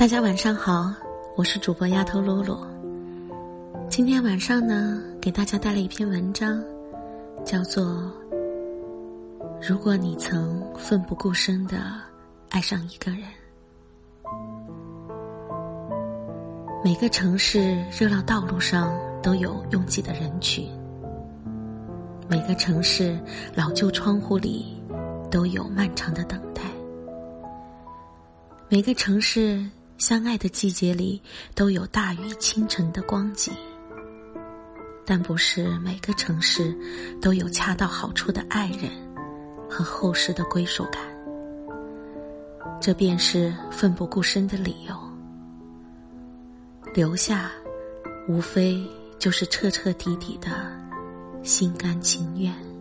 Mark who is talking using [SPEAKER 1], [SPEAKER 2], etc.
[SPEAKER 1] 大家晚上好，我是主播丫头露露。今天晚上呢，给大家带来一篇文章，叫做如果你曾奋不顾身地爱上一个人。每个城市热闹道路上都有拥挤的人群，每个城市老旧窗户里都有漫长的等待，每个城市相爱的季节里都有大雨倾城的光景，但不是每个城市都有恰到好处的爱人和厚实的归属感。这便是奋不顾身的理由。留下无非就是彻彻底底的心甘情愿。